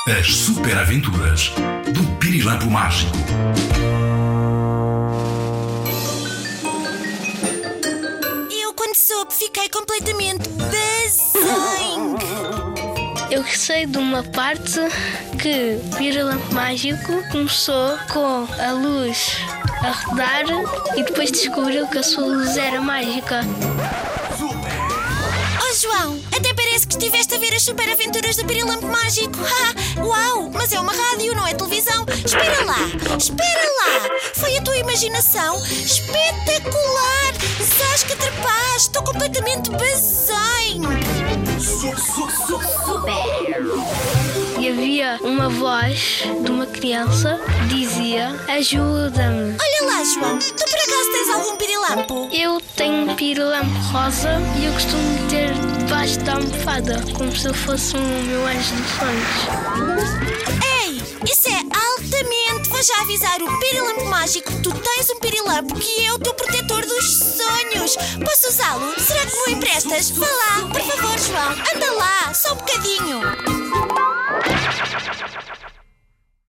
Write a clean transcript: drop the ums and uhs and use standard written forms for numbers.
As super aventuras do Pirilampo Mágico. Eu, quando soube, fiquei completamente bazingue. Eu gostei de uma parte que o Pirilampo Mágico começou com a luz a rodar e depois descobriu que a sua luz era mágica. Oh, João, até parece que estiveste a ver as super aventuras do Pirilampo Mágico. Uau, mas é uma rádio, não é televisão. Espera lá. Foi a tua imaginação? Espetacular! Zasca trepaz, estou completamente bazingue. E havia uma voz de uma criança que dizia: ajuda-me. Olha lá, João, tu por acaso tens algum pirilampo? Eu tenho um pirilampo rosa e eu costumo ter debaixo da almofada, como se eu fosse o meu anjo dos sonhos. Ei, isso é altamente. Vou já avisar o Pirilampo Mágico que tu tens um pirilampo que é o teu protetor dos sonhos. Posso usá-lo? Será que me o emprestas? Vá lá, por favor, João. Anda lá, só um bocadinho.